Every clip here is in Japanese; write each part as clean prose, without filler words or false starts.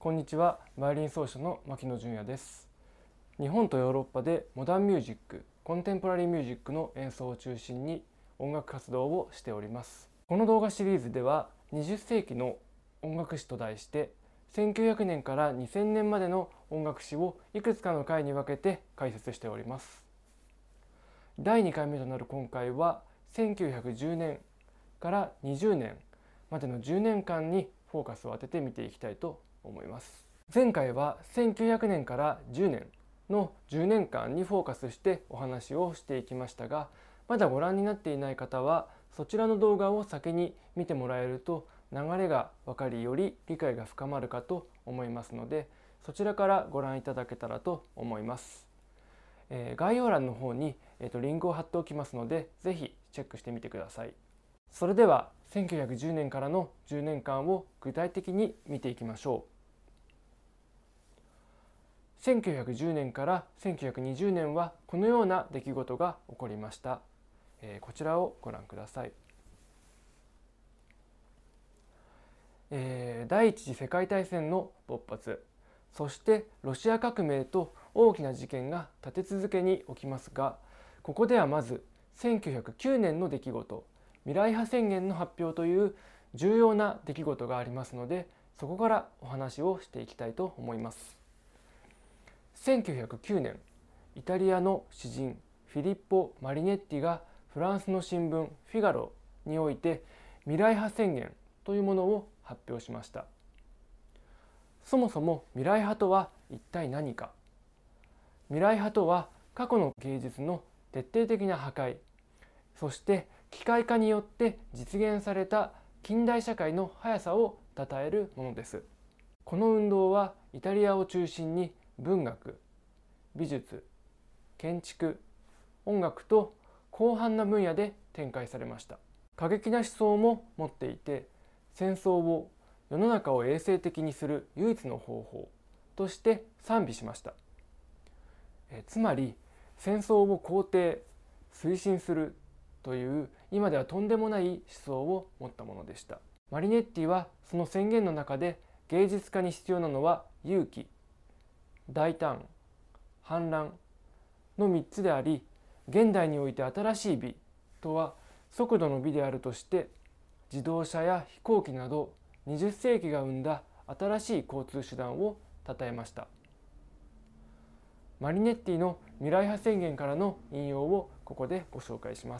こんにちは、バイオリン奏者の牧野純也です。日本とヨーロッパでモダンミュージック、コンテンポラリーミュージックの演奏を中心に音楽活動をしております。この動画シリーズでは20世紀の音楽史と題して1900年から2000年までの音楽史をいくつかの回に分けて解説しております。第2回目となる今回は1910年から20年までの10年間にフォーカスを当てて見ていきたいと思います。前回は1900年から10年の10年間にフォーカスしてお話をしていきましたが、まだご覧になっていない方はそちらの動画を先に見てもらえると流れが分かりより理解が深まるかと思いますので、そちらからご覧いただけたらと思います。概要欄の方に、リンクを貼っておきますので、ぜひチェックしてみてください。それでは1910年からの10年間を具体的に見ていきましょう。1910年から1920年はこのような出来事が起こりました。こちらをご覧ください。第一次世界大戦の勃発、そしてロシア革命と大きな事件が立て続けに起きますが、ここではまず1909年の出来事、未来派宣言の発表という重要な出来事がありますので、そこからお話をしていきたいと思います。1909年、イタリアの詩人フィリッポ・マリネッティがフランスの新聞フィガロにおいて未来派宣言というものを発表しました。そもそも未来派とは一体何か。未来派とは過去の芸術の徹底的な破壊、そして機械化によって実現された近代社会の速さを称えるものです。この運動はイタリアを中心に文学、美術、建築、音楽と広範な分野で展開されました。過激な思想も持っていて、戦争を世の中を衛生的にする唯一の方法として賛美しました。つまり戦争を肯定、推進するという今ではとんでもない思想を持ったものでした。マリネッティはその宣言の中で芸術家に必要なのは勇気、大胆、反乱の3つであり、現代において新しい美とは速度の美であるとして、自動車や飛行機など20世紀が生んだ新しい交通手段を称えました。マリネッティの未来派宣言からの引用をここでご紹介します。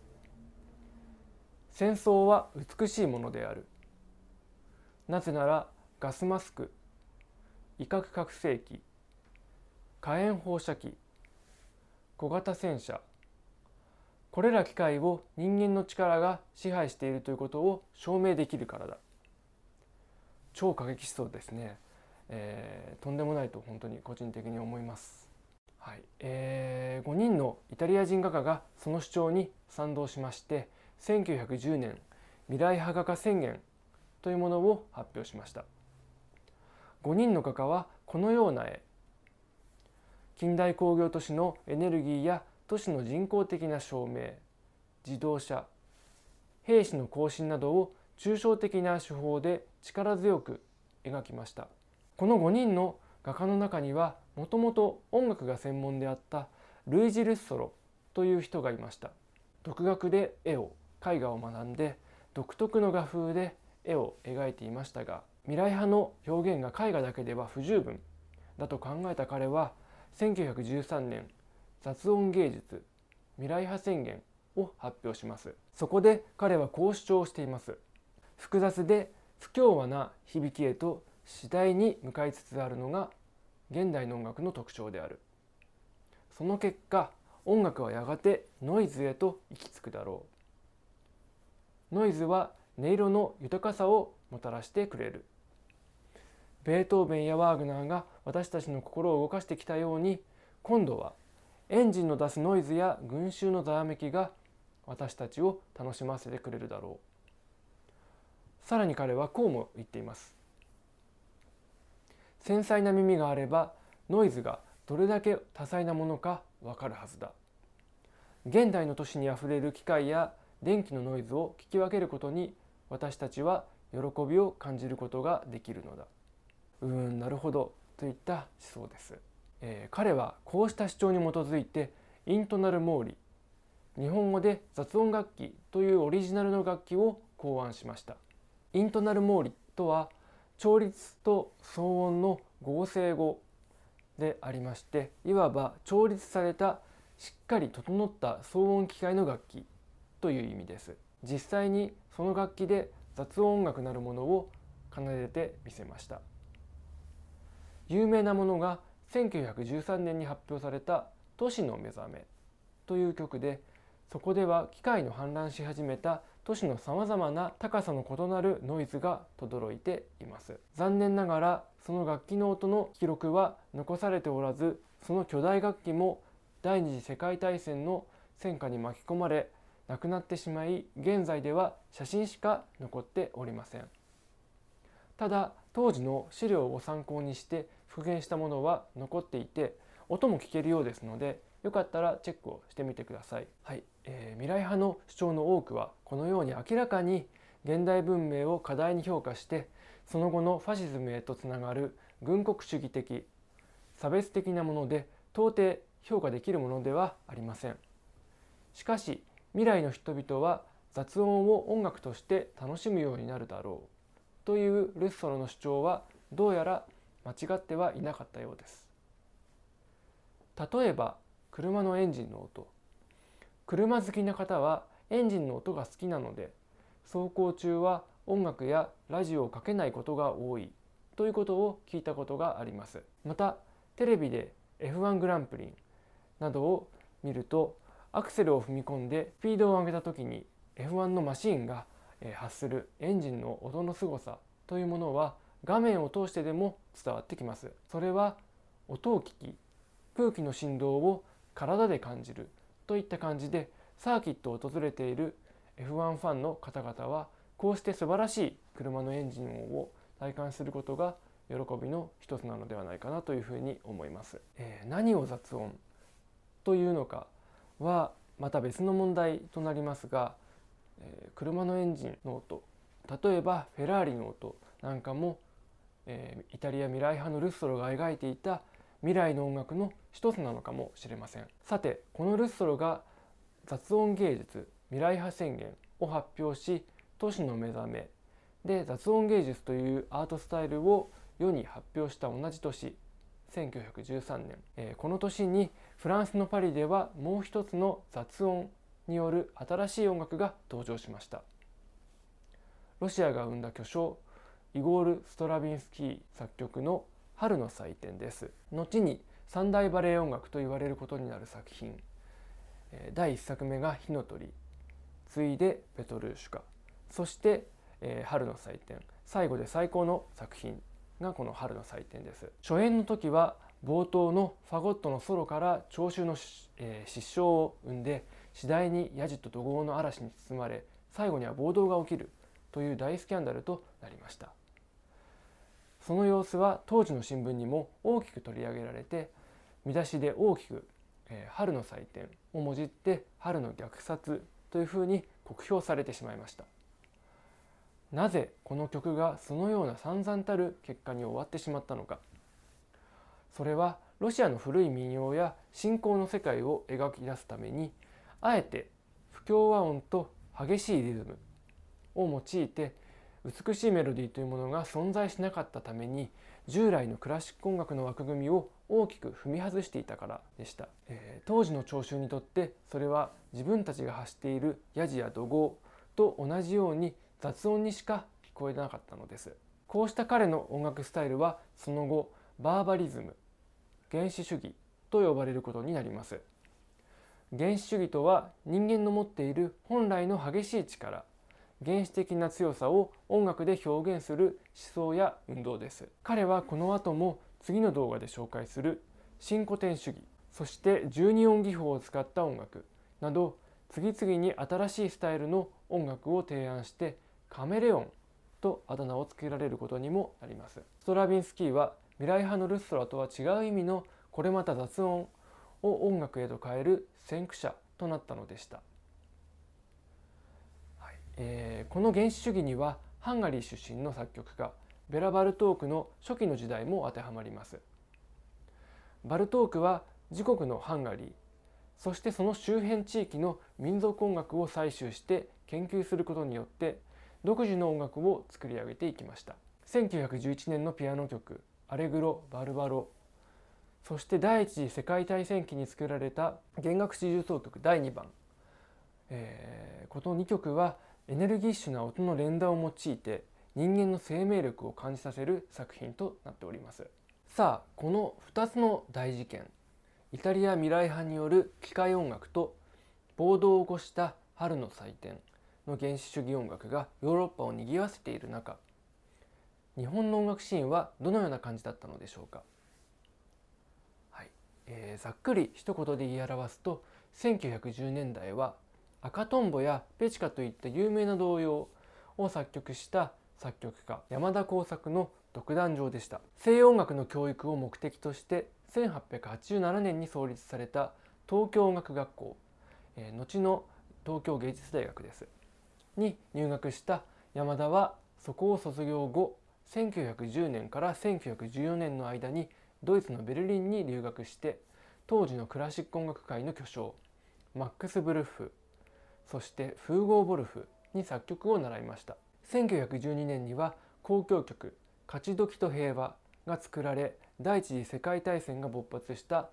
戦争は美しいものである。なぜならガスマスク、威嚇拡声器、火炎放射器、小型戦車、これら機械を人間の力が支配しているということを証明できるからだ。超過激思想ですね。とんでもないと本当に個人的に思います。はい、5人のイタリア人画家がその主張に賛同しまして、1910年未来派画家宣言というものを発表しました。5人の画家はこのような絵、近代工業都市のエネルギーや都市の人工的な照明、自動車、兵士の行進などを抽象的な手法で力強く描きました。この5人の画家の中にはもともと音楽が専門であったルイジ・ルッソロという人がいました。独学で絵画を学んで独特の画風で絵を描いていましたが、未来派の表現が絵画だけでは不十分だと考えた彼は1913年雑音芸術未来派宣言を発表します。そこで彼はこう主張しています。複雑で不協和な響きへと次第に向かいつつあるのが現代の音楽の特徴である。その結果、音楽はやがてノイズへと行き着くだろう。ノイズは音色の豊かさをもたらしてくれる。ベートーベンやワーグナーが私たちの心を動かしてきたように、今度はエンジンの出すノイズや群衆のざわめきが私たちを楽しませてくれるだろう。さらに彼はこうも言っています。繊細な耳があればノイズがどれだけ多彩なものかわかるはずだ。現代の都市にあふれる機械や電気のノイズを聞き分けることに私たちは喜びを感じることができるのだ。 なるほどといった思想です。彼はこうした主張に基づいてイントナルモーリ、日本語で雑音楽器というオリジナルの楽器を考案しました。イントナルモーリとは調律と騒音の合成語でありまして、いわば調律されたしっかり整った騒音機械の楽器という意味です。実際にその楽器で雑音楽なるものを奏でてみせました。有名なものが1913年に発表された都市の目覚めという曲で、そこでは機械の氾濫し始めた都市のさまざまな高さの異なるノイズが轟いています。残念ながらその楽器の音の記録は残されておらず、その巨大楽器も第二次世界大戦の戦火に巻き込まれ亡くなってしまい、現在では写真しか残っておりません。ただ当時の資料を参考にして復元したものは残っていて、音も聞けるようですので、よかったらチェックをしてみてください。はい、未来派の主張の多くはこのように明らかに現代文明を過大に評価して、その後のファシズムへとつながる軍国主義的差別的なもので、到底評価できるものではありません。しかし未来の人々は雑音を音楽として楽しむようになるだろうというルッソロの主張はどうやら間違ってはいなかったようです。例えば車のエンジンの音。車好きな方はエンジンの音が好きなので、走行中は音楽やラジオをかけないことが多いということを聞いたことがあります。またテレビで F1 グランプリなどを見ると、アクセルを踏み込んでスピードを上げた時に F1 のマシンが発するエンジンの音のすごさというものは画面を通してでも伝わってきます。それは音を聞き、空気の振動を体で感じるといった感じで、サーキットを訪れている F1 ファンの方々はこうして素晴らしい車のエンジン音を体感することが喜びの一つなのではないかなというふうに思います。何を雑音というのかはまた別の問題となりますが、車のエンジンの音、例えばフェラーリの音なんかも、イタリア未来派のルッソロが描いていた未来の音楽の一つなのかもしれません。さて、このルッソロが雑音芸術未来派宣言を発表し、都市の目覚めで雑音芸術というアートスタイルを世に発表した同じ年、1913年、この年にフランスのパリではもう一つの雑音による新しい音楽が登場しました。ロシアが生んだ巨匠イゴール・ストラビンスキー作曲の春の祭典です。後に三大バレエ音楽と言われることになる作品、第1作目が火の鳥、次いでペトルーシュカ、そして、春の祭典、最後で最高の作品がこの春の祭典です。初演の時は冒頭のファゴットのソロから聴衆の、失笑を生んで、次第にヤジと怒号の嵐に包まれ、最後には暴動が起きるという大スキャンダルとなりました。その様子は当時の新聞にも大きく取り上げられて、見出しで大きく、春の祭典をもじって春の虐殺というふうに酷評されてしまいました。なぜこの曲がそのような散々たる結果に終わってしまったのか。それはロシアの古い民謡や信仰の世界を描き出すために、あえて不協和音と激しいリズムを用いて美しいメロディーというものが存在しなかったために、従来のクラシック音楽の枠組みを大きく踏み外していたからでした。当時の聴衆にとってそれは自分たちが発しているヤジや怒号と同じように雑音にしか聞こえなかったのです。こうした彼の音楽スタイルはその後バーバリズム、原始主義と呼ばれることになります。原始主義とは人間の持っている本来の激しい力、原始的な強さを音楽で表現する思想や運動です。彼はこの後も次の動画で紹介する新古典主義、そして12音技法を使った音楽など、次々に新しいスタイルの音楽を提案してカメレオンとあだ名をつけられることにもなります。ストラビンスキーは未来派のルッソラとは違う意味のこれまた雑音を音楽へと変える先駆者となったのでした。この原始主義にはハンガリー出身の作曲家ベラ・バルトークの初期の時代も当てはまります。バルトークは自国のハンガリー、そしてその周辺地域の民族音楽を採集して研究することによって独自の音楽を作り上げていきました。1911年のピアノ曲アレグロ・バルバロ、そして第一次世界大戦期に作られた弦楽四重奏曲第2番、この2曲はエネルギッシュな音の連打を用いて人間の生命力を感じさせる作品となっております。さあ、この2つの大事件、イタリア未来派による機械音楽と暴動を起こした春の祭典の原始主義音楽がヨーロッパを賑わせている中、日本の音楽シーンはどのような感じだったのでしょうか。はい、ざっくり一言で言い表すと、1910年代は赤とんぼやペチカといった有名な童謡を作曲した作曲家山田耕作の独壇場でした。西洋音楽の教育を目的として1887年に創立された東京音楽学校、後の東京芸術大学ですに入学した山田は、そこを卒業後1910年から1914年の間にドイツのベルリンに留学して、当時のクラシック音楽界の巨匠マックス・ブルッフ、そしてフーゴー・ボルフに作曲を習いました。1912年には交響曲「勝ち時と平和」が作られ、第一次世界大戦が勃発した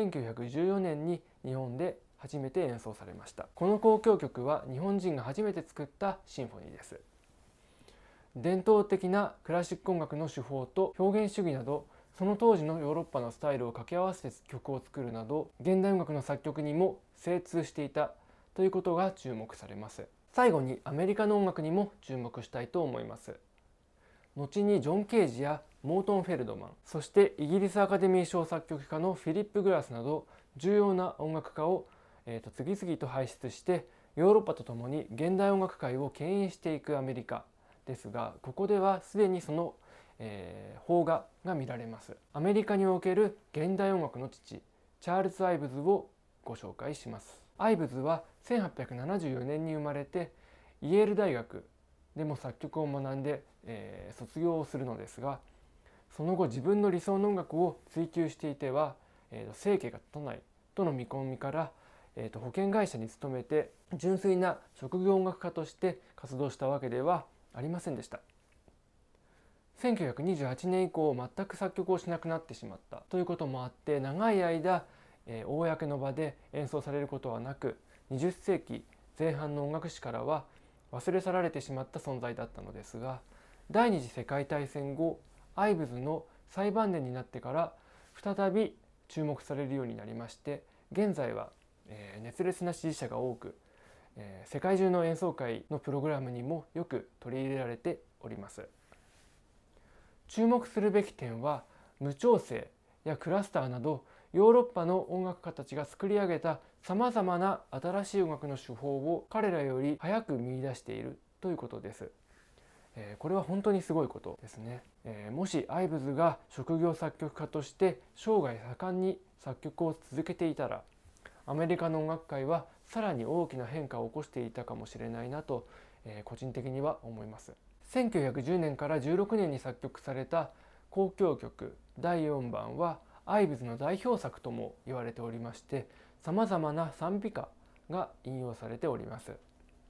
1914年に日本で初めて演奏されました。この交響曲は日本人が初めて作ったシンフォニーです。伝統的なクラシック音楽の手法と表現主義など、その当時のヨーロッパのスタイルを掛け合わせて曲を作るなど、現代音楽の作曲にも精通していたということが注目されます。最後にアメリカの音楽にも注目したいと思います。後にジョン・ケージやモートン・フェルドマン、そしてイギリスアカデミー賞作曲家のフィリップ・グラスなど重要な音楽家を、次々と輩出して、ヨーロッパとともに現代音楽界を牽引していくアメリカですが、ここではすでにその、邦画が見られます。アメリカにおける現代音楽の父チャールズ・アイブズをご紹介します。アイブズは1874年に生まれて、イェール大学でも作曲を学んで、卒業をするのですが、その後自分の理想の音楽を追求していては、生計が立たないとの見込みから、保険会社に勤めて純粋な職業音楽家として活動したわけではありませんでした。1928年以降全く作曲をしなくなってしまったということもあって、長い間、公の場で演奏されることはなく、20世紀前半の音楽史からは忘れ去られてしまった存在だったのですが、第二次世界大戦後、アイブズの最晩年になってから再び注目されるようになりまして、現在は熱烈な支持者が多く、世界中の演奏会のプログラムにもよく取り入れられております。注目するべき点は、無調整やクラスターなどヨーロッパの音楽家たちが作り上げたさまざまな新しい音楽の手法を彼らより早く見出しているということです。これは本当にすごいことですね。もしアイブズが職業作曲家として生涯盛んに作曲を続けていたら、アメリカの音楽界はさらに大きな変化を起こしていたかもしれないなと、個人的には思います。1910年から16年に作曲された交響曲第4番はアイブズの代表作とも言われておりまして、さまざまな賛美歌が引用されております。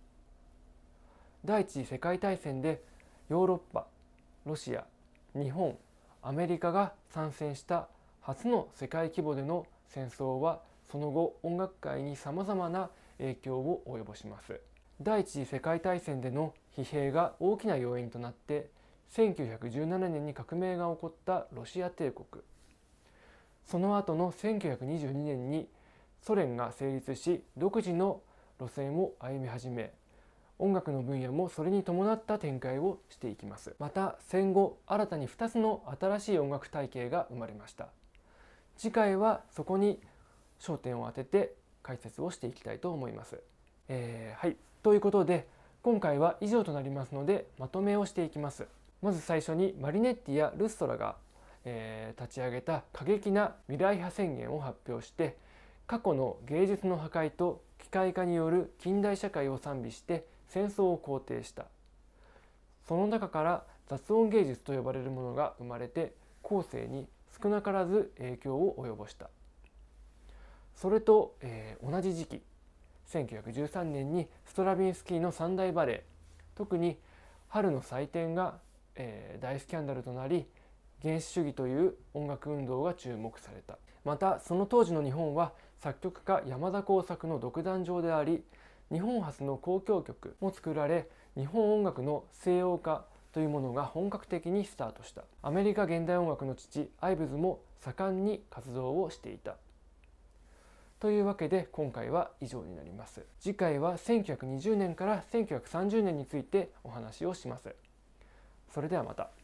第一次世界大戦でヨーロッパ、ロシア、日本、アメリカが参戦した初の世界規模での戦争は、その後音楽界にさまざまな影響を及ぼします。第一次世界大戦での疲弊が大きな要因となって、1917年に革命が起こったロシア帝国、その後の1922年にソ連が成立し、独自の路線を歩み始め、音楽の分野もそれに伴った展開をしていきます。また戦後新たに2つの新しい音楽体系が生まれました。次回はそこに焦点を当てて解説をしていきたいと思います。はい、ということで今回は以上となりますので、まとめをしていきます。まず最初にマリネッティやルストラが、立ち上げた過激な未来派宣言を発表して、過去の芸術の破壊と機械化による近代社会を賛美して戦争を肯定した。その中から雑音芸術と呼ばれるものが生まれて後世に少なからず影響を及ぼした。それと、同じ時期1913年にストラヴィンスキーの三大バレエ、特に春の祭典が、大スキャンダルとなり、原始主義という音楽運動が注目された。またその当時の日本は作曲家山田耕作の独壇場であり、日本初の交響曲も作られ、日本音楽の西洋化というものが本格的にスタートした。アメリカ現代音楽の父アイブズも盛んに活動をしていた。というわけで今回は以上になります。次回は1920年から1930年についてお話をします。それではまた。